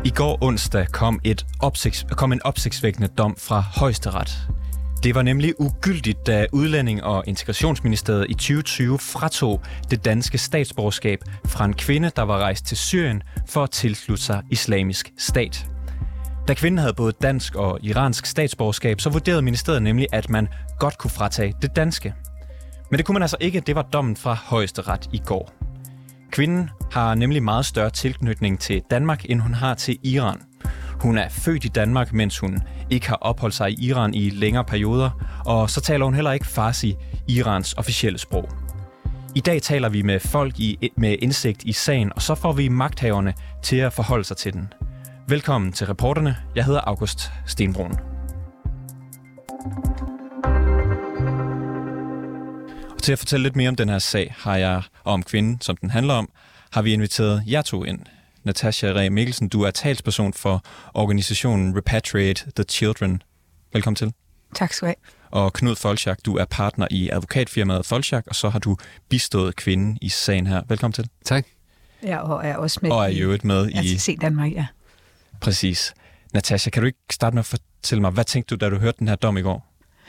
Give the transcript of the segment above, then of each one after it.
I går onsdag kom en opsigtsvækkende dom fra Højesteret. Det var nemlig ugyldigt, da Udlænding- og Integrationsministeriet i 2020 fratog det danske statsborgerskab fra en kvinde, der var rejst til Syrien for at tilslutte sig Islamisk Stat. Da kvinden havde både dansk og iransk statsborgerskab, så vurderede ministeriet nemlig, at man godt kunne fratage det danske. Men det kunne man altså ikke. Det var dommen fra Højesteret i går. Kvinden har nemlig meget større tilknytning til Danmark, end hun har til Iran. Hun er født i Danmark, mens hun ikke har opholdt sig i Iran i længere perioder, og så taler hun heller ikke farsi, Irans officielle sprog. I dag taler vi med folk med indsigt i sagen, og så får vi magthaverne til at forholde sig til den. Velkommen til Reporterne. Jeg hedder August Stenbrun. Og til at fortælle lidt mere om den her sag, og om kvinden, som den handler om, har vi inviteret jer to ind. Natasha Reh Mikkelsen, du er talsperson for organisationen Repatriate the Children. Velkommen til. Tak skal du have. Og Knud Folczak, du er partner i advokatfirmaet Folczak, og så har du bistået kvinden i sagen her. Velkommen til. Tak. Ja, og er også med og er i øvrigt med i Se Danmark, ja. Præcis. Natasha, kan du ikke starte med at fortælle mig, hvad tænkte du, da du hørte den her dom i går?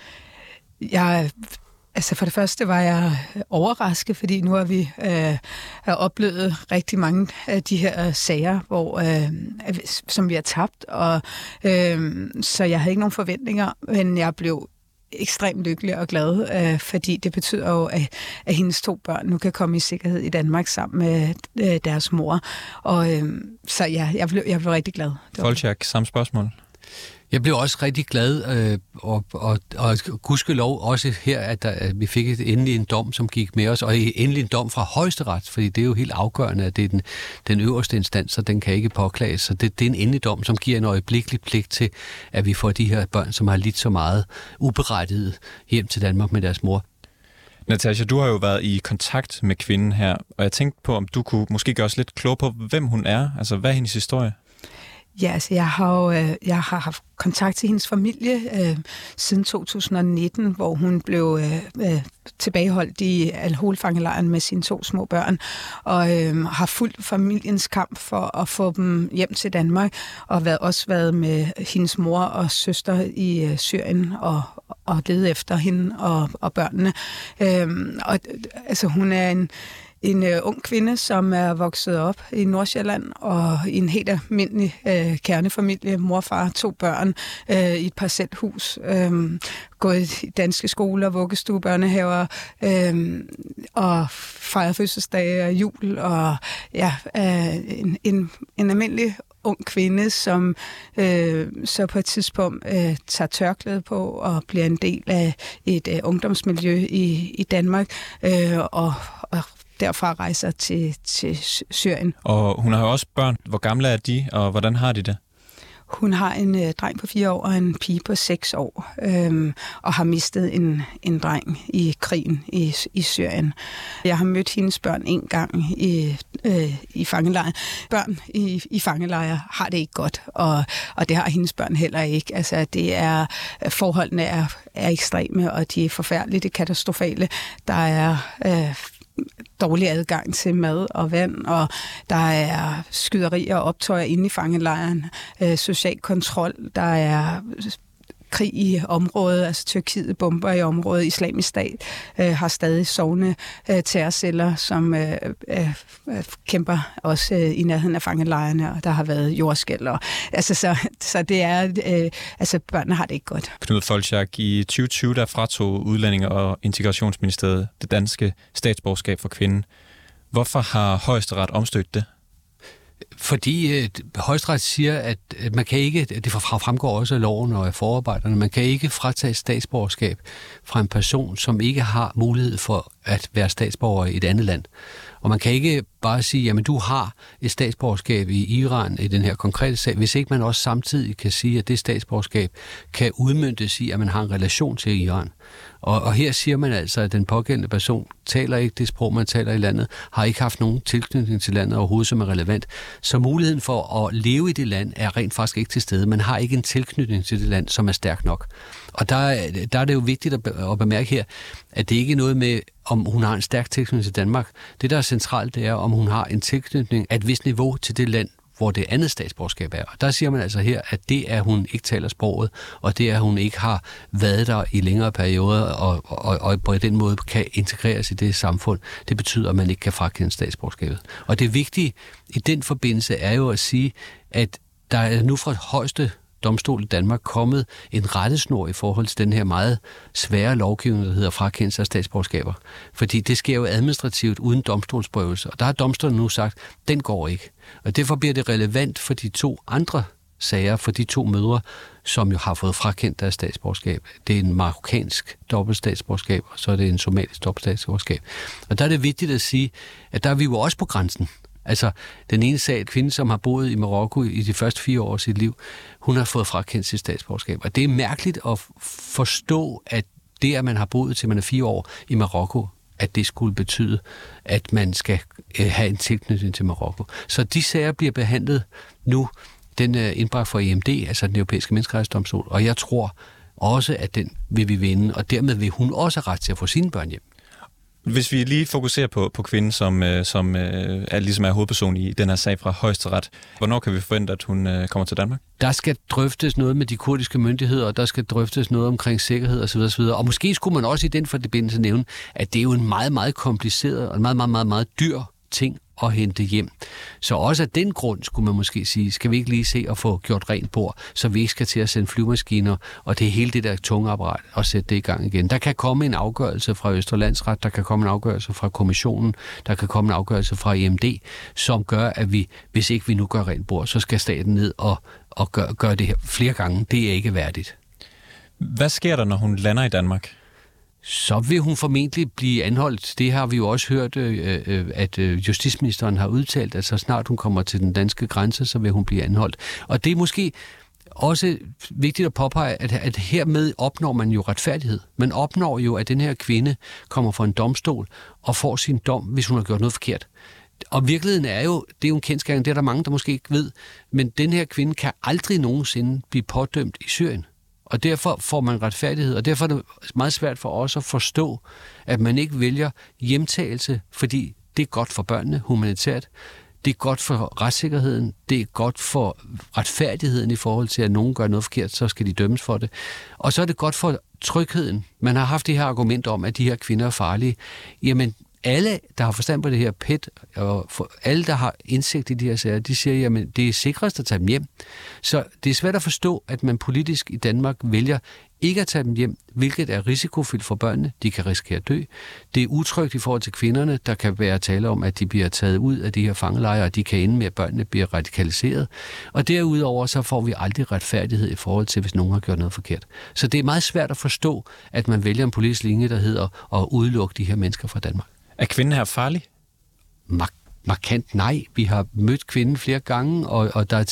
For det første var jeg overrasket, fordi nu har vi oplevet rigtig mange af de her sager, som vi har tabt, og så jeg havde ikke nogen forventninger, men jeg blev ekstremt lykkelig og glad, fordi det betyder jo, at hendes 2 børn nu kan komme i sikkerhed i Danmark sammen med deres mor. Og så ja, jeg blev rigtig glad. Folczak, samme spørgsmål. Jeg blev også rigtig glad, og gudskelov også her, at vi fik endelig en dom, som gik med os, og endelig en dom fra Højesteret, fordi det er jo helt afgørende, at det er den øverste instans, så den kan ikke påklages. Så det er en endelig dom, som giver en øjeblikkelig pligt til, at vi får de her børn, som har lidt så meget uberettiget hjem til Danmark med deres mor. Natasha, du har jo været i kontakt med kvinden her, og jeg tænkte på, om du kunne måske gøre os lidt klog på, hvem hun er. Altså, hvad er hendes historie? Ja, altså jeg har haft kontakt til hendes familie siden 2019, hvor hun blev tilbageholdt i Al-Hol-fangelejren med sine 2 små børn, og har fulgt familiens kamp for at få dem hjem til Danmark, og også været med hendes mor og søster i Syrien og ledet efter hende og børnene. Hun er en ung kvinde, som er vokset op i Nordsjælland og i en helt almindelig kernefamilie, mor, far, 2 børn i et parcelhus, gået i danske skoler, vuggestue, børnehaver og fejret fødselsdage og jul, og ja, en almindelig ung kvinde, som så på et tidspunkt tager tørklæde på og bliver en del af et ungdomsmiljø i Danmark, og derfra rejser til Syrien. Og hun har jo også børn. Hvor gamle er de, og hvordan har de det? Hun har en dreng på 4 år og en pige på 6 år, og har mistet en dreng i krigen i Syrien. Jeg har mødt hendes børn en gang i fangelejre. Børn i fangelejre har det ikke godt, og det har hendes børn heller ikke. Altså, forholdene er ekstreme, og de er forfærdelige, det er katastrofale. Der er dårlig adgang til mad og vand, og der er skyderier og optøjer inde i fangelejren, social kontrol, der er krig i området, altså Tyrkiet bomber i området, Islamisk Stat har stadig sovende terrorceller, som kæmper også i nærheden af fangelejrene, og der har været jordskælv. Så det er, børnene har det ikke godt. Knud Folczak, i 2020 der fratog Udlænding- og Integrationsministeriet det danske statsborgerskab for kvinden. Hvorfor har Højesteret omstødt det? Fordi Højesteret siger, at man kan ikke, det fremgår også af loven og af forarbejderne, man kan ikke fratage statsborgerskab fra en person, som ikke har mulighed for at være statsborger i et andet land. Og man kan ikke bare sige, jamen du har et statsborgerskab i Iran i den her konkrete sag, hvis ikke man også samtidig kan sige, at det statsborgerskab kan udmøntes i, at man har en relation til Iran. Og her siger man altså, at den pågældende person taler ikke det sprog, man taler i landet, har ikke haft nogen tilknytning til landet overhovedet, som er relevant. Så muligheden for at leve i det land er rent faktisk ikke til stede. Man har ikke en tilknytning til det land, som er stærk nok. Og der er det jo vigtigt at bemærke her, at det ikke er noget med, om hun har en stærk tilknytning til Danmark. Det, der er centralt, det er, om hun har en tilknytning af et vist niveau til det land, hvor det andet statsborgerskab er. Og der siger man altså her, at det er, at hun ikke taler sproget, og det er, at hun ikke har været der i længere perioder, og på den måde kan integreres i det samfund. Det betyder, at man ikke kan frakende statsborgerskabet. Og det vigtige i den forbindelse er jo at sige, at der er nu fra højeste domstol i Danmark kommet en rettesnor i forhold til den her meget svære lovgivning, der hedder frakendelse af statsborgerskaber. Fordi det sker jo administrativt uden domstolsprøvelse, og der har domstolen nu sagt, den går ikke. Og derfor bliver det relevant for de 2 andre sager, for de 2 mødre, som jo har fået frakendt deres statsborgerskab. Det er en marokkansk dobbeltstatsborgerskab, og så er det en somalisk dobbeltstatsborgerskab. Og der er det vigtigt at sige, at der er vi jo også på grænsen. Altså, den ene sag, en kvinde, som har boet i Marokko i de første 4 år af sit liv, hun har fået frakendt sit statsborgerskab. Og det er mærkeligt at forstå, at det, at man har boet til man er 4 år i Marokko, at det skulle betyde, at man skal have en tilknytning til Marokko. Så de sager bliver behandlet nu. Den er indbragt for EMD, altså den europæiske menneskerettighedsdomstol, og jeg tror også, at den vil vi vinde, og dermed vil hun også have ret til at få sine børn hjem. Hvis vi lige fokuserer på kvinden, som ligesom er hovedperson i den her sag fra Højesteret, hvornår kan vi forvente, at hun kommer til Danmark? Der skal drøftes noget med de kurdiske myndigheder, og der skal drøftes noget omkring sikkerhed osv. osv. Og måske skulle man også i den forbindelse nævne, at det er jo en meget, meget kompliceret og en meget, meget, meget, meget dyr ting at hente hjem. Så også af den grund skulle man måske sige, skal vi ikke lige se at få gjort rent bord, så vi ikke skal til at sende flyvemaskiner, og det er hele det der tunge apparat, og sætte det i gang igen. Der kan komme en afgørelse fra Østre Landsret, der kan komme en afgørelse fra kommissionen, der kan komme en afgørelse fra EMD, som gør, at vi, hvis ikke vi nu gør rent bord, så skal staten ned og gøre det her flere gange. Det er ikke værdigt. Hvad sker der, når hun lander i Danmark? Så vil hun formentlig blive anholdt. Det har vi jo også hørt, at justitsministeren har udtalt, at så snart hun kommer til den danske grænse, så vil hun blive anholdt. Og det er måske også vigtigt at påpege, at hermed opnår man jo retfærdighed. Man opnår jo, at den her kvinde kommer fra en domstol og får sin dom, hvis hun har gjort noget forkert. Og virkeligheden er jo, det er jo en kendsgerning, det er der mange, der måske ikke ved, men den her kvinde kan aldrig nogensinde blive pådømt i Syrien. Og derfor får man retfærdighed, og derfor er det meget svært for os at forstå, at man ikke vælger hjemtagelse, fordi det er godt for børnene humanitært, det er godt for retssikkerheden, det er godt for retfærdigheden i forhold til, at nogen gør noget forkert, så skal de dømmes for det. Og så er det godt for trygheden. Man har haft det her argument om, at de her kvinder er farlige. Jamen, alle, der har forstand på det her PET, og alle, der har indsigt i de her sager, de siger, jamen, det er sikrest at tage dem hjem. Så det er svært at forstå, at man politisk i Danmark vælger ikke at tage dem hjem, hvilket er risikofyldt for børnene. De kan risikere at dø. Det er utrygt i forhold til kvinderne. Der kan være tale om, at de bliver taget ud af de her fangelejre, og de kan ende med, at børnene bliver radikaliseret. Og derudover så får vi aldrig retfærdighed i forhold til, hvis nogen har gjort noget forkert. Så det er meget svært at forstå, at man vælger en politisk linje, der hedder at udelukke de her mennesker fra Danmark. Er kvinden her farlig? Markant nej. Vi har mødt kvinden flere gange, og der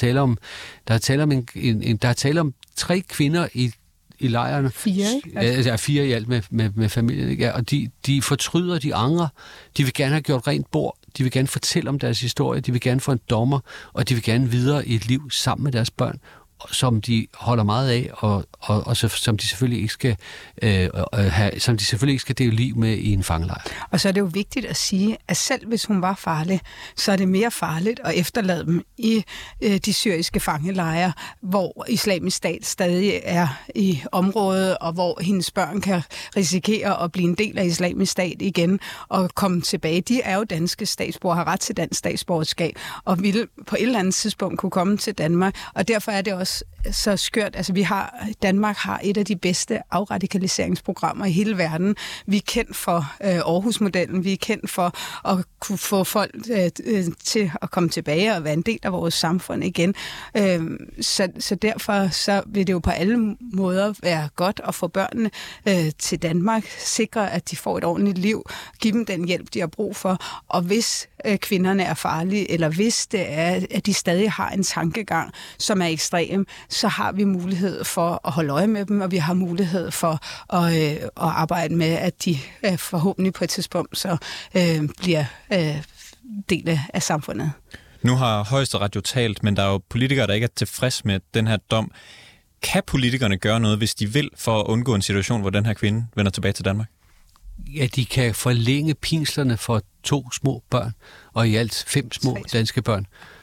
er tale om 3 kvinder i lejrene. 4, ikke? Altså. Ja, 4 i alt med familien. Ikke? Ja, og de fortryder, de angrer. De vil gerne have gjort rent bord. De vil gerne fortælle om deres historie. De vil gerne få en dommer, og de vil gerne videre i et liv sammen med deres børn, som de holder meget af, og som de selvfølgelig ikke skal som de selvfølgelig ikke skal dele liv med i en fangelejr. Og så er det jo vigtigt at sige, at selv hvis hun var farlig, så er det mere farligt at efterlade dem i de syriske fangelejre, hvor Islamisk Stat stadig er i området, og hvor hendes børn kan risikere at blive en del af Islamisk Stat igen og komme tilbage. De er jo danske statsborgere, har ret til dansk statsborgerskab, og vil på et eller andet tidspunkt kunne komme til Danmark, og derfor er det også så skørt. Altså, Danmark har et af de bedste afradikaliseringsprogrammer i hele verden. Vi er kendt for Aarhus-modellen. Vi er kendt for at kunne få folk til at komme tilbage og være en del af vores samfund igen. Så derfor så vil det jo på alle måder være godt at få børnene til Danmark, sikre, at de får et ordentligt liv, give dem den hjælp, de har brug for. Og hvis kvinderne er farlige, eller hvis det er, at de stadig har en tankegang, som er ekstrem, så har vi mulighed for at holde øje med dem, og vi har mulighed for at arbejde med, at de forhåbentlig på et tidspunkt så bliver del af samfundet. Nu har Højesteret jo talt, men der er jo politikere, der ikke er tilfreds med den her dom. Kan politikerne gøre noget, hvis de vil, for at undgå en situation, hvor den her kvinde vender tilbage til Danmark? Ja, de kan forlænge pinslerne for 2 små børn, og i alt 5 små danske børn,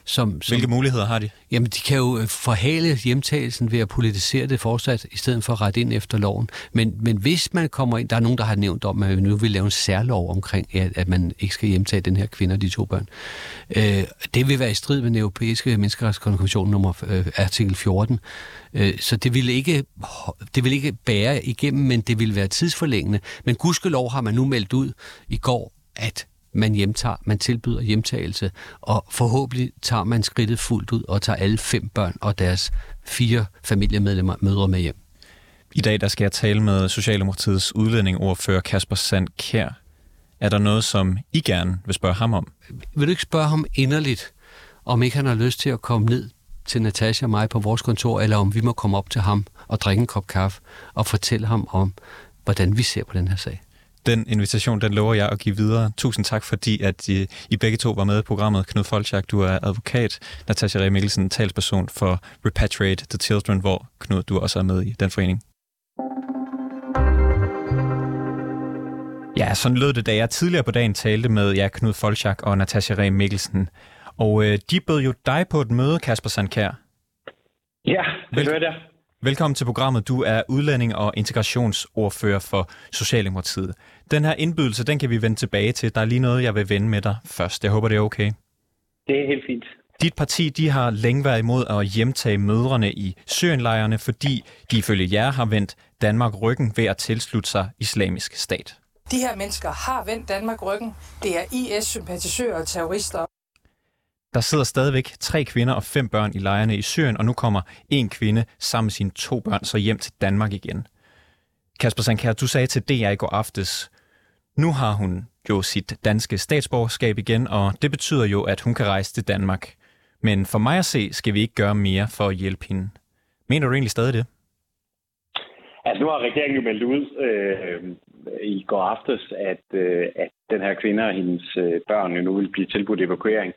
Hvilke muligheder har de? Jamen, de kan jo forhale hjemtagelsen ved at politisere det fortsat, i stedet for at rette ind efter loven. Men hvis man kommer ind, der er nogen, der har nævnt om, at man nu vil lave en særlov omkring, at man ikke skal hjemtage den her kvinde og de 2 børn. Det vil være i strid med den europæiske menneskerettighedskonvention nummer artikel 14. Så det vil ikke bære igennem, men det vil være tidsforlængende. Men gudskelov har man nu meldt ud i går, at man tilbyder hjemtagelse, og forhåbentlig tager man skridtet fuldt ud og tager alle 5 børn og deres 4 familiemedlemmer mødre med hjem. I dag der skal jeg tale med Socialdemokratiets udlændingeordfører Kasper Sand Kjær. Er der noget, som I gerne vil spørge ham om? Vil du ikke spørge ham inderligt, om ikke han har lyst til at komme ned til Natasha og mig på vores kontor, eller om vi må komme op til ham og drikke en kop kaffe og fortælle ham om, hvordan vi ser på den her sag? Den invitation, den lover jeg at give videre. Tusind tak, fordi at I begge to var med i programmet. Knud Folchak, du er advokat. Natasha Ree Mikkelsen, talsperson for Repatriate the Children, hvor Knud, du også er med i den forening. Ja, sådan lød det, da jeg tidligere på dagen talte med Knud Folchak og Natasha Ree Mikkelsen. Og de bød jo dig på et møde, Kasper Sand Kjær. Ja, det hørte jeg. Velkommen til programmet. Du er udlænding- og integrationsordfører for Socialdemokratiet. Den her indbydelse, den kan vi vende tilbage til. Der er lige noget, jeg vil vende med dig først. Jeg håber, det er okay. Det er helt fint. Dit parti, de har længe været imod at hjemtage mødrene i Syrienlejrene, fordi de ifølge jer har vendt Danmark ryggen ved at tilslutte sig Islamisk Stat. De her mennesker har vendt Danmark ryggen. Det er IS-sympatisører og terrorister. Der sidder stadigvæk 3 kvinder og 5 børn i lejrene i Syrien, og nu kommer 1 kvinde sammen med sine 2 børn så hjem til Danmark igen. Kasper Sand Kjær, du sagde til DR i går aftes, nu har hun jo sit danske statsborgerskab igen, og det betyder jo, at hun kan rejse til Danmark. Men for mig at se, skal vi ikke gøre mere for at hjælpe hende. Mener du egentlig stadig det? Altså nu har regeringen jo meldt ud i går aftes, at den her kvinde og hendes børn jo nu vil blive tilbudt evakuering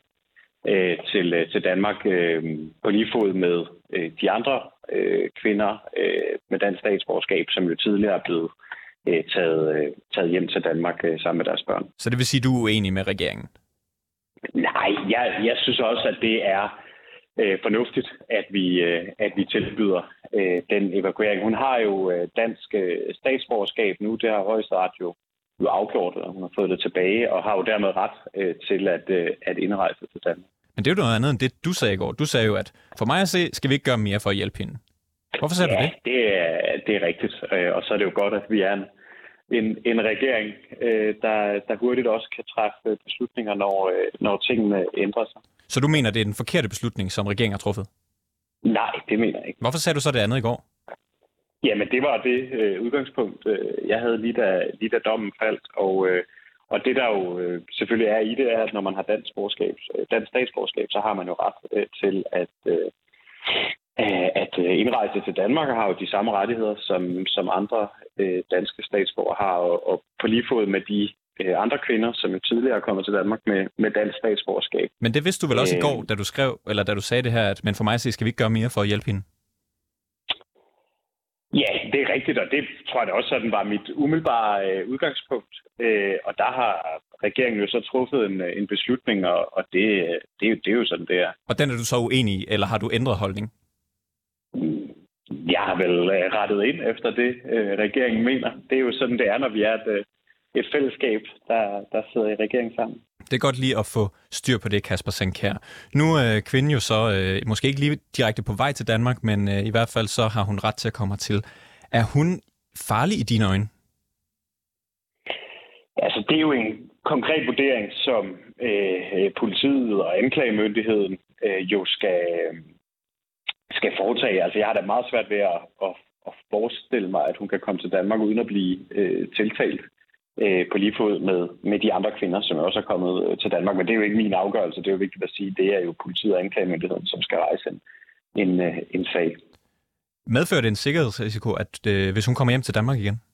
til Danmark på lige fod med de andre kvinder med dansk statsborgerskab, som jo tidligere er blevet taget hjem til Danmark sammen med deres børn. Så det vil sige, at du er uenig med regeringen? Nej, jeg synes også, at det er fornuftigt, at vi tilbyder den evakuering. Hun har jo dansk statsborgerskab nu, det har Højesteret jo afgjort, og hun har fået det tilbage, og har jo dermed ret til at indrejse til Danmark. Men det er jo noget andet end det, du sagde i går. Du sagde jo, at for mig at se, skal vi ikke gøre mere for at hjælpe hende. Hvorfor sagde du det? Ja, det er rigtigt. Og så er det jo godt, at vi er en regering, der hurtigt også kan træffe beslutninger, når tingene ændrer sig. Så du mener, det er den forkerte beslutning, som regeringen har truffet? Nej, det mener jeg ikke. Hvorfor sagde du så det andet i går? Jamen, det var det udgangspunkt, jeg havde lige da dommen faldt. Og det, der jo selvfølgelig er i det, er, at når man har dansk statsborgerskab, så har man jo ret til at indrejse til Danmark, og har jo de samme rettigheder, som andre danske statsborgere har. Og på lige fod med de andre kvinder, som jo tidligere er kommet til Danmark med dansk statsborgerskab. Men det vidste du vel også i går, da du sagde det her, at men for mig at se, skal vi ikke gøre mere for at hjælpe hende? Ja, det er rigtigt, og det tror jeg da også sådan var mit umiddelbare udgangspunkt. Og der har regeringen jo så truffet en beslutning, og det er jo sådan, det er. Og den er du så uenig i, eller har du ændret holdning? Jeg har vel rettet ind efter det, regeringen mener. Det er jo sådan, det er, når vi er et fællesskab, der sidder i regeringen sammen. Det er godt lige at få styr på det, Kasper Sand Kjær. Nu er kvinden jo så måske ikke lige direkte på vej til Danmark, men i hvert fald så har hun ret til at komme hertil. Er hun farlig i dine øjne? Altså, det er jo en konkret vurdering, som politiet og anklagemyndigheden jo skal foretage. Altså, jeg har da meget svært ved at forestille mig, at hun kan komme til Danmark uden at blive tiltalt på lige fod med de andre kvinder, som også er kommet til Danmark. Men det er jo ikke min afgørelse. Det er jo vigtigt at sige, det er jo politiet og anklagemyndigheden, som skal rejse en sag. Medfører det en sikkerhedsrisiko, at hvis hun kommer hjem til Danmark igen?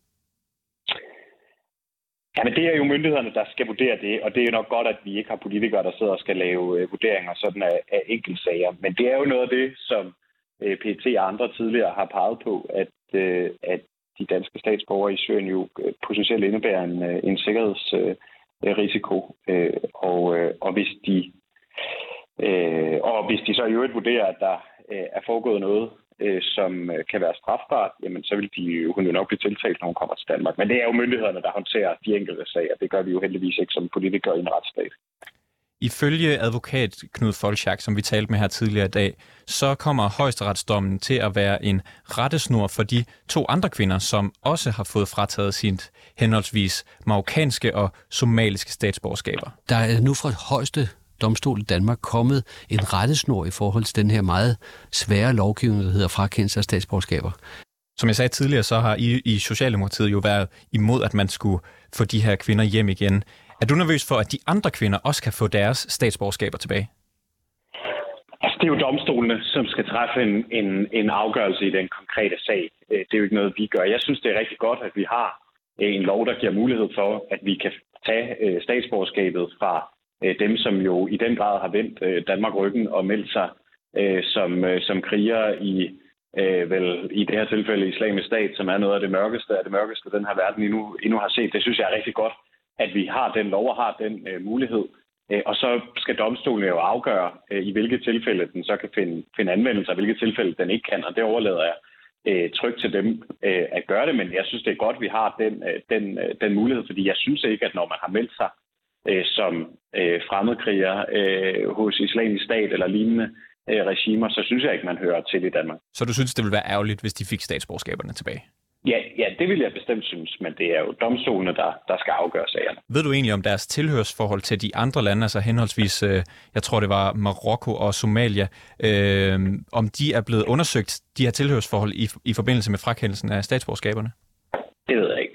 Jamen, det er jo myndighederne, der skal vurdere det, og det er nok godt, at vi ikke har politikere, der sidder og skal lave vurderinger sådan af enkeltsager. Men det er jo noget af det, som PET og andre tidligere har peget på, at de danske statsborgere i Syrien jo potentielt indebærer en sikkerhedsrisiko. Og hvis de hvis de så i øvrigt vurderer, at der er foregået noget, som kan være strafbart, jamen så vil hun jo nok blive tiltalt, når hun kommer til Danmark. Men det er jo myndighederne, der håndterer de enkelte sager. Det gør vi jo heldigvis ikke som politikere i en retsstat. Ifølge advokat Knud Folchak, som vi talte med her tidligere i dag, så kommer højesteretsdommen til at være en rettesnor for de 2 andre kvinder, som også har fået frataget sit henholdsvis marokkanske og somaliske statsborgerskaber. Der er nu fra højeste domstol i Danmark kommet en rettesnor i forhold til den her meget svære lovgivning, der hedder frakendelse af statsborgerskaber. Som jeg sagde tidligere, så har I i Socialdemokratiet jo været imod, at man skulle få de her kvinder hjem igen. Er du nervøs for, at de andre kvinder også kan få deres statsborgerskaber tilbage? Altså, det er jo domstolene, som skal træffe en afgørelse i den konkrete sag. Det er jo ikke noget, vi gør. Jeg synes, det er rigtig godt, at vi har en lov, der giver mulighed for, at vi kan tage statsborgerskabet fra dem, som jo i den grad har vendt Danmark ryggen og meldt sig som krigere i det her tilfælde Islamisk Stat, som er noget af det mørkeste, den her verden endnu har set. Det synes jeg er rigtig godt, at vi har den lov og har den mulighed. Og så skal domstolen jo afgøre, i hvilke tilfælde den så kan finde anvendelse, og hvilke tilfælde den ikke kan. Og det overlader jeg trygt til dem at gøre det. Men jeg synes, det er godt, at vi har den mulighed, fordi jeg synes ikke, at når man har meldt sig som fremmedkriger hos Islamisk Stat eller lignende regimer, så synes jeg ikke, man hører til i Danmark. Så du synes, det ville være ærgerligt, hvis de fik statsborgerskaberne tilbage? Ja, det vil jeg bestemt synes, men det er jo domstolene, der skal afgøre sagerne. Ved du egentlig om deres tilhørsforhold til de andre lande, altså henholdsvis, jeg tror det var Marokko og Somalia, om de er blevet undersøgt, de her tilhørsforhold i forbindelse med frakendelsen af statsborgerskaberne? Det ved jeg ikke.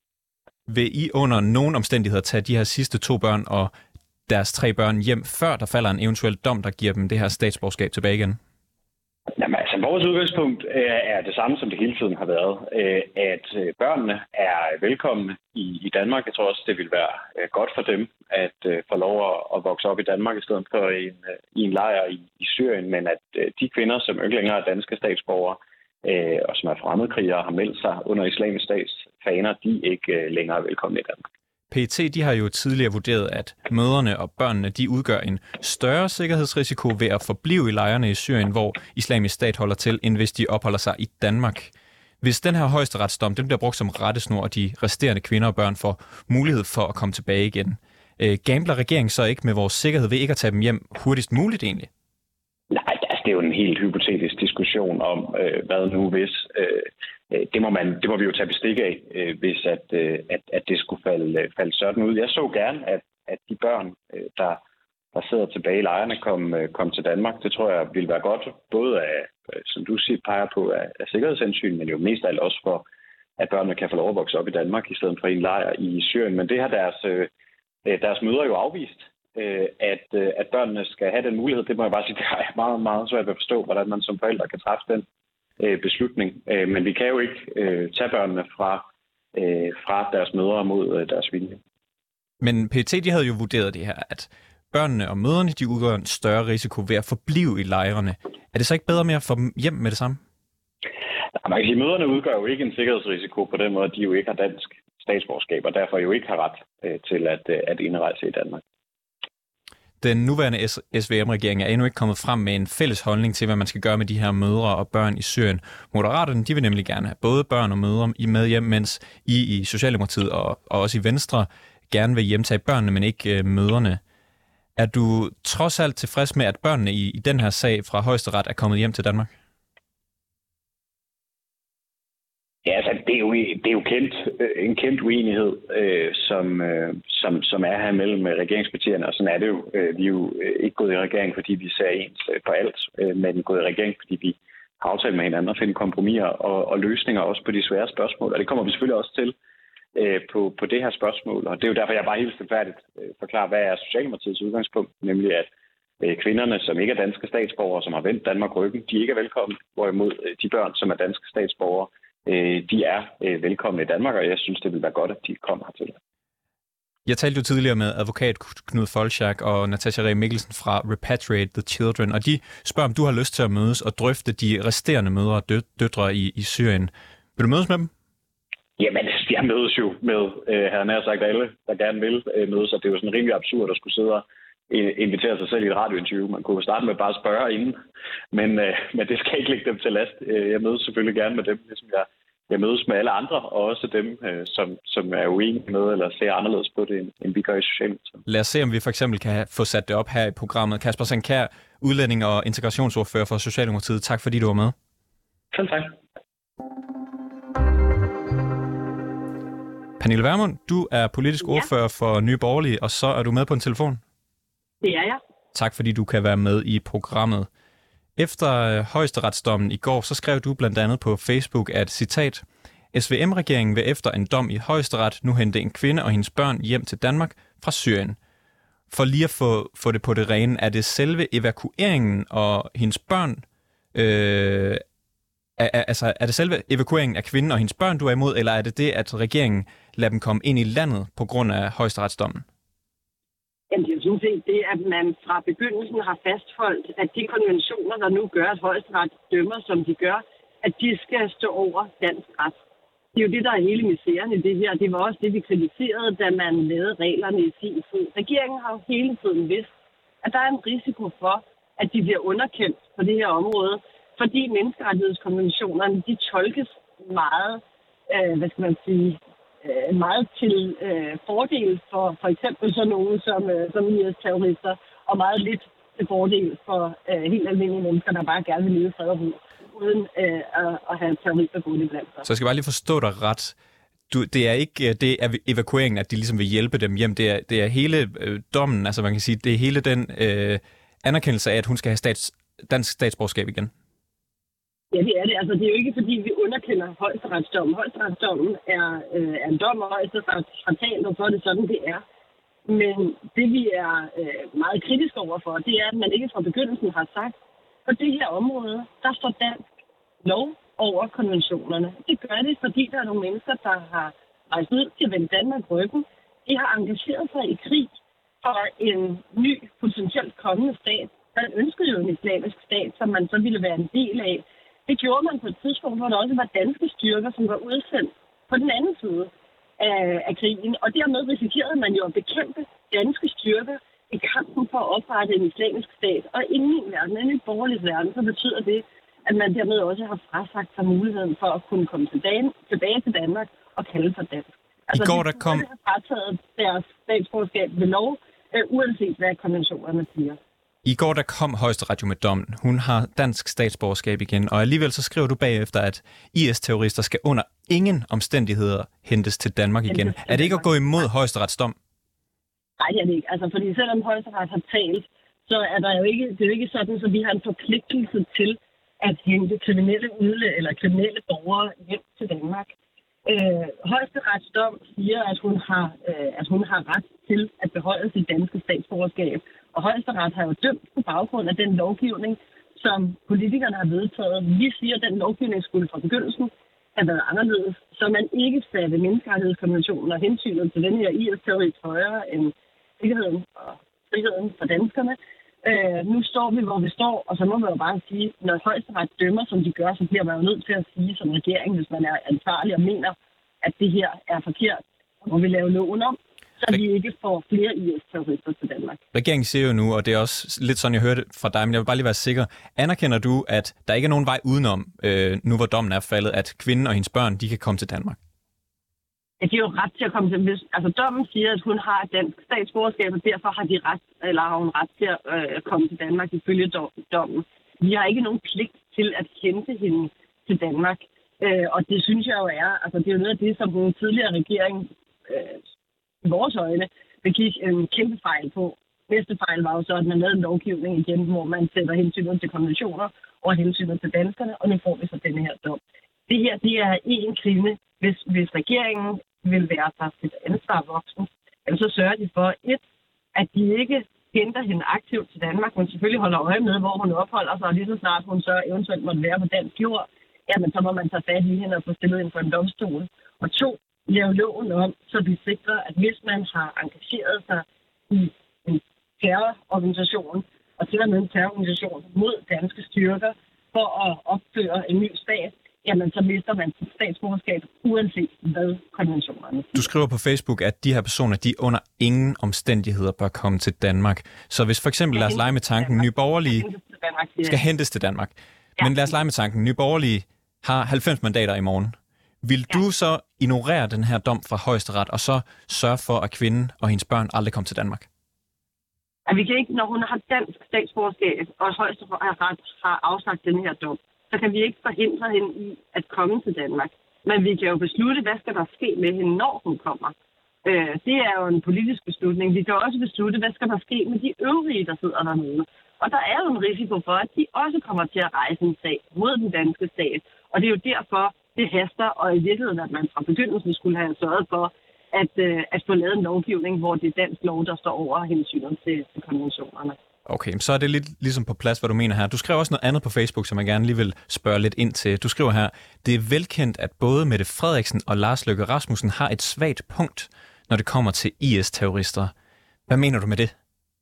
Vil I under nogen omstændigheder tage de her sidste 2 børn og deres 3 børn hjem, før der falder en eventuel dom, der giver dem det her statsborgerskab tilbage igen? Jamen, altså, vores udgangspunkt er det samme, som det hele tiden har været. At børnene er velkomne i Danmark. Jeg tror også, det vil være godt for dem at få lov at vokse op i Danmark i stedet for i en lejr i Syrien. Men at de kvinder, som ikke længere er danske statsborgere, og som er fremmedkrigere og har meldt sig under Islamisk Stats faner, de ikke længere er velkomne i Danmark. PET de har jo tidligere vurderet, at mødrene og børnene de udgør en større sikkerhedsrisiko ved at forblive i lejrene i Syrien, hvor Islamisk Stat holder til, end hvis de opholder sig i Danmark. Hvis den her højesteretsdom den bliver brugt som rettesnor, og de resterende kvinder og børn får mulighed for at komme tilbage igen, gambler regeringen så ikke med vores sikkerhed ved ikke at tage dem hjem hurtigst muligt egentlig? Nej, altså, det er jo en helt hypotetisk diskussion om, hvad nu hvis. Det må vi jo tage bestik af, hvis at det skulle falde sådan ud. Jeg så gerne, at de børn, der sidder tilbage i lejrene, kom til Danmark. Det tror jeg ville være godt, både af, som du siger, peger på, af sikkerhedshensyn, men jo mest af alt også for, at børnene kan få lov at vokse op i Danmark, i stedet for en lejr i Syrien. Men det har deres mødre jo afvist, at børnene skal have den mulighed. Det må jeg bare sige, det er meget, meget svært at forstå, hvordan man som forældre kan træffe den beslutning. Men vi kan jo ikke tage børnene fra deres mødre mod deres vilje. Men PET de havde jo vurderet det her, at børnene og mødrene de udgør en større risiko ved at forblive i lejrene. Er det så ikke bedre med at få dem hjem med det samme? Man kan sige, at mødrene udgør jo ikke en sikkerhedsrisiko på den måde, at de jo ikke har dansk statsborgerskab, og derfor jo ikke har ret til at indrejse i Danmark. Den nuværende SVM-regering er endnu ikke kommet frem med en fælles holdning til, hvad man skal gøre med de her mødre og børn i Syrien. Moderaterne de vil nemlig gerne have både børn og mødre med hjem, mens I Socialdemokratiet og også i Venstre gerne vil hjemtage børnene, men ikke mødrene. Er du trods alt tilfreds med, at børnene i den her sag fra Højesteret er kommet hjem til Danmark? Ja, altså, det er jo en kendt uenighed, som er her mellem regeringspartierne, og sådan er det jo. Vi er jo ikke gået i regering, fordi vi ser ens på alt, men gået i regering, fordi vi har aftalt med hinanden at finde kompromiser og løsninger også på de svære spørgsmål. Og det kommer vi selvfølgelig også til på det her spørgsmål, og det er jo derfor, jeg bare helt stilfærdigt forklarer, hvad er Socialdemokratiets udgangspunkt, nemlig at kvinderne, som ikke er danske statsborgere, som har vendt Danmark ryggen, de ikke er velkomne, hvorimod de børn, som er danske statsborgere, de er velkomne i Danmark, og jeg synes, det vil være godt, at de kommer hertil. Jeg talte jo tidligere med advokat Knud Folchak og Natasha Ree Mikkelsen fra Repatriate the Children, og de spørger, om du har lyst til at mødes og drøfte de resterende mødre og døtre i Syrien. Vil du mødes med dem? Jamen, jeg mødes jo med, havde nær sagt alle, der gerne vil mødes, og det er jo sådan rimelig absurd at skulle sidde og invitere sig selv i et radiointerview. Man kunne starte med bare at spørge inden, men det skal ikke lægge dem til last. Jeg mødes selvfølgelig gerne med dem, ligesom jeg mødes med alle andre, og også dem, som er uenige med eller ser anderledes på det, end vi gør i Socialdemokratiet. Lad os se, om vi for eksempel kan få sat det op her i programmet. Kasper Sandkjær, udlænding- og integrationsordfører for Socialdemokratiet. Tak fordi du var med. Selv tak. Pernille Vermund, du er politisk ordfører for Nye Borgerlige, og så er du med på en telefon. Det er jeg. Tak fordi du kan være med i programmet. Efter højesteretsdommen i går, så skrev du blandt andet på Facebook, at citat, SVM-regeringen vil efter en dom i højesteret nu hente en kvinde og hendes børn hjem til Danmark fra Syrien. For lige at få det på det rene, er det selve evakueringen og hendes børn, er det selve evakueringen af kvinden og hendes børn, du er imod, eller er det det, at regeringen lader dem komme ind i landet på grund af højesteretsdommen? Jamen, det er jo sådan set det, at man fra begyndelsen har fastholdt, at de konventioner, der nu gør, at højesteret dømmer, som de gør, at de skal stå over dansk ret. Det er jo det, der er hele misæren i det her. Det var også det, vi kritiserede, da man lavede reglerne i sin tid. Regeringen har jo hele tiden vidst, at der er en risiko for, at de bliver underkendt på det her område, fordi menneskerettighedskonventionerne, de tolkes meget, meget til fordel for eksempel sådan nogle som IS-terrorister, og meget lidt til fordel for helt almindelige mennesker, der bare gerne vil leve fred og ro, uden at have terrorister gået blandt sig. Så jeg skal bare lige forstå dig ret. Det er ikke det evakueringen, at de ligesom vil hjælpe dem hjem. Det er hele dommen, altså man kan sige, det er hele den anerkendelse af, at hun skal have dansk statsborgerskab igen. Ja, det er det. Altså, det er jo ikke, fordi vi underkender højesteretsdommen. Højesteretsdommen er en dom, og højesteret har talt, og så er det sådan, det er. Men det, vi er meget kritiske overfor, det er, at man ikke fra begyndelsen har sagt, på det her område, der står dansk lov over konventionerne. Det gør det, fordi der er nogle mennesker, der har rejst ud til at vende Danmark ryggen. De har engageret sig i krig for en ny, potentielt kommende stat. Man ønskede jo en islamisk stat, som man så ville være en del af. Det gjorde man på et tidspunkt, hvor der også var danske styrker, som var udsendt på den anden side af krigen. Og dermed risikerede man jo at bekæmpe danske styrker i kampen for at oprette en islamisk stat. Og i min verden, i en borgerlig verden, så betyder det, at man dermed også har frasagt sig muligheden for at kunne komme tilbage til Danmark og kalde sig dansk. Altså, I går, der kom... de har frataget deres statsborgerskab ved lov, uanset hvad konventionerne siger. I går der kom Højesteret jo med dommen. Hun har dansk statsborgerskab igen, og alligevel så skriver du bagefter, at IS-terrorister skal under ingen omstændigheder hentes til Danmark igen. Er det ikke at gå imod Højesterets dom? Nej, det er det ikke. Altså, fordi selvom Højesteret har talt, så er det er jo ikke sådan, at vi har en forpligtelse til at hente kriminelle borgere hjem til Danmark. Højesterets dom siger, at hun har ret til at beholde sit danske statsborgerskab. Og Højesteret har jo dømt på baggrund af den lovgivning, som politikerne har vedtaget. Vi siger, at den lovgivning skulle fra begyndelsen have været anderledes, så man ikke satte menneskerettighedskonventionen og hensynet til den her IS-terrorist højere end sikkerheden og friheden for danskerne. Nu står vi, hvor vi står, og så må man jo bare sige, når Højesteret dømmer, som de gør, så bliver man jo nødt til at sige som regering, hvis man er ansvarlig og mener, at det her er forkert, og må vi lave loven om, så vi ikke får flere IS-terrorister til Danmark. Regeringen siger jo nu, og det er også lidt sådan, jeg hørte fra dig, men jeg vil bare lige være sikker. Anerkender du, at der ikke er nogen vej udenom, nu hvor dommen er faldet, at kvinden og hendes børn, de kan komme til Danmark? Ja, de har jo ret til at komme til. Altså, dommen siger, at hun har dansk statsborgerskab, og derfor har hun ret til at komme til Danmark ifølge dommen. Vi har ikke nogen pligt til at hente hende til Danmark. Og det synes jeg jo er, det er jo noget af det, som den tidligere regering i vores øjne begik en kæmpe fejl på. Næste fejl var jo så, at man lavede en lovgivning igen, hvor man sætter hensynet til konventioner og hensynet til danskerne, og nu får vi så denne her dom. Det her, det er en kvinde. Hvis regeringen vil være sig sit ansvar voksen, så sørger de for, at de ikke henter hende aktivt til Danmark, men selvfølgelig holder øje med, hvor hun opholder sig, og lige så snart hun så eventuelt måtte være på dansk jord, jamen så må man tage fat i hende og få stillet hende for en domstol. Og 2, lave loven om, så vi sikrer, at hvis man har engageret sig i en terrororganisation, og til og med en terrororganisation mod danske styrker for at opføre en ny stat, jamen så mister man sit statsborgerskab, uanset hvad konventionerne. Du skriver på Facebook, at de her personer, de under ingen omstændigheder bør komme til Danmark. Så hvis for eksempel, lad os lege med tanken, Nye Borgerlige skal hentes til Danmark. Men lad os lege med tanken, Nye Borgerlige har 90 mandater i morgen. Vil du så ignorere den her dom fra Højesteret, og så sørge for, at kvinden og hendes børn aldrig kommer til Danmark? At vi kan ikke, når hun har dansk statsborgerskab, og Højesteret har afsagt den her dom, så kan vi ikke forhindre hende i at komme til Danmark. Men vi kan jo beslutte, hvad skal der ske med hende, når hun kommer. Det er jo en politisk beslutning. Vi kan også beslutte, hvad skal der ske med de øvrige, der sidder dernede. Og der er jo en risiko for, at de også kommer til at rejse en sag mod den danske stat. Og det er jo derfor, det haster, og i virkeligheden, at man fra begyndelsen skulle have sørget for, at få lavet en lovgivning, hvor det er dansk lov, der står over hensynet til konventionerne. Okay, så er det lidt ligesom på plads, hvad du mener her. Du skriver også noget andet på Facebook, som jeg gerne lige vil spørge lidt ind til. Du skriver her, det er velkendt, at både Mette Frederiksen og Lars Løkke Rasmussen har et svagt punkt, når det kommer til IS-terrorister. Hvad mener du med det?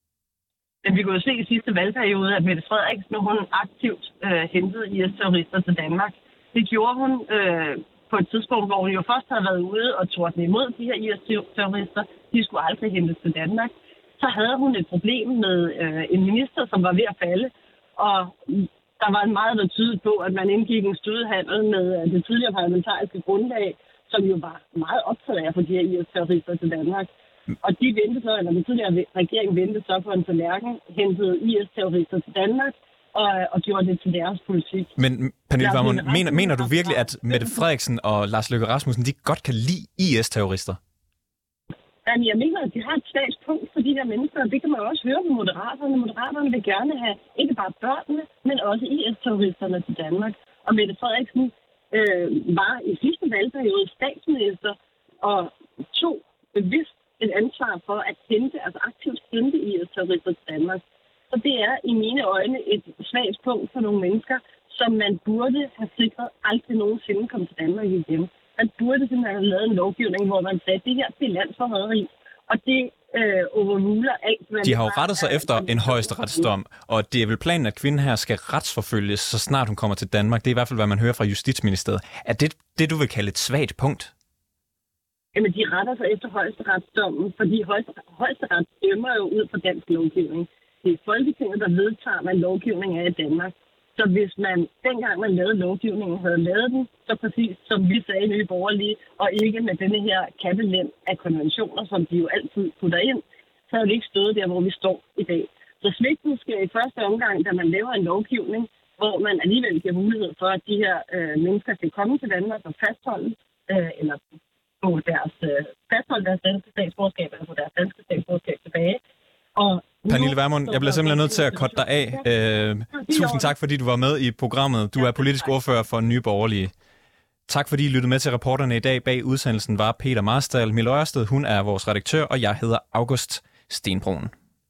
Men vi kunne jo se i sidste valgperiode, at Mette Frederiksen, hun aktivt hentede IS-terrorister til Danmark. Det gjorde hun på et tidspunkt, hvor hun jo først havde været ude og tordne imod de her IS-terrorister. De skulle aldrig hentes til Danmark. Så havde hun et problem med en minister, som var ved at falde. Og der var meget, der tydede på, at man indgik en studehandel med det tidligere parlamentariske grundlag, som jo var meget optaget af at få de her IS-terrorister til Danmark. Og de ventede så, eller den tidligere regering ventede så på en tallerken, hentede IS-terrorister til Danmark, og gjorde det til deres politik. Men Pernille Vermund, mener du virkelig, at Mette Frederiksen og Lars Løkke Rasmussen, de godt kan lide IS-terrorister? Jamen, jeg mener, at de har et statspunkt for de her mennesker, og det kan man også høre på Moderaterne. Moderaterne vil gerne have ikke bare børnene, men også IS-terroristerne til Danmark. Og Mette Frederiksen var i sidste valgperiode statsminister og tog bevidst et ansvar for at aktivt hente IS-terrorister til Danmark. Så det er i mine øjne et svagt punkt for nogle mennesker, som man burde have sikret aldrig nogensinde komme til Danmark igen. Man burde simpelthen have lavet en lovgivning, hvor man sagde, at det her er landsforræderi, og det overruler alt. De har jo rettet sig efter en højesteretsdom, og det er vel planen, at kvinden her skal retsforfølges, så snart hun kommer til Danmark. Det er i hvert fald, hvad man hører fra Justitsministeriet. Er det du vil kalde et svagt punkt? Jamen, de retter sig efter højesteretsdommen, fordi højesteret dømmer jo ud fra dansk lovgivning. Det er Folketinget, der vedtager, hvad lovgivning er i Danmark. Så hvis man, dengang man lavede lovgivningen, havde lavet den, så præcis som vi sagde i Nye Borgerlige, og ikke med denne her kattelem af konventioner, som de jo altid putter ind, så havde vi ikke stået der, hvor vi står i dag. Så svigten sker i første omgang, da man laver en lovgivning, hvor man alligevel giver mulighed for, at de her mennesker skal komme til Danmark og fastholde, eller fastholde deres danske statsborgerskab, eller få deres danske statsborgerskab tilbage. Pernille Vermund, jeg bliver simpelthen nødt til at korte dig af. Tusind tak, fordi du var med i programmet. Du er politisk ordfører for Nye Borgerlige. Tak, fordi I lyttede med til Reporterne i dag. Bag udsendelsen var Peter Marstal. Mille Ørsted, hun er vores redaktør, og jeg hedder August Stenbroen.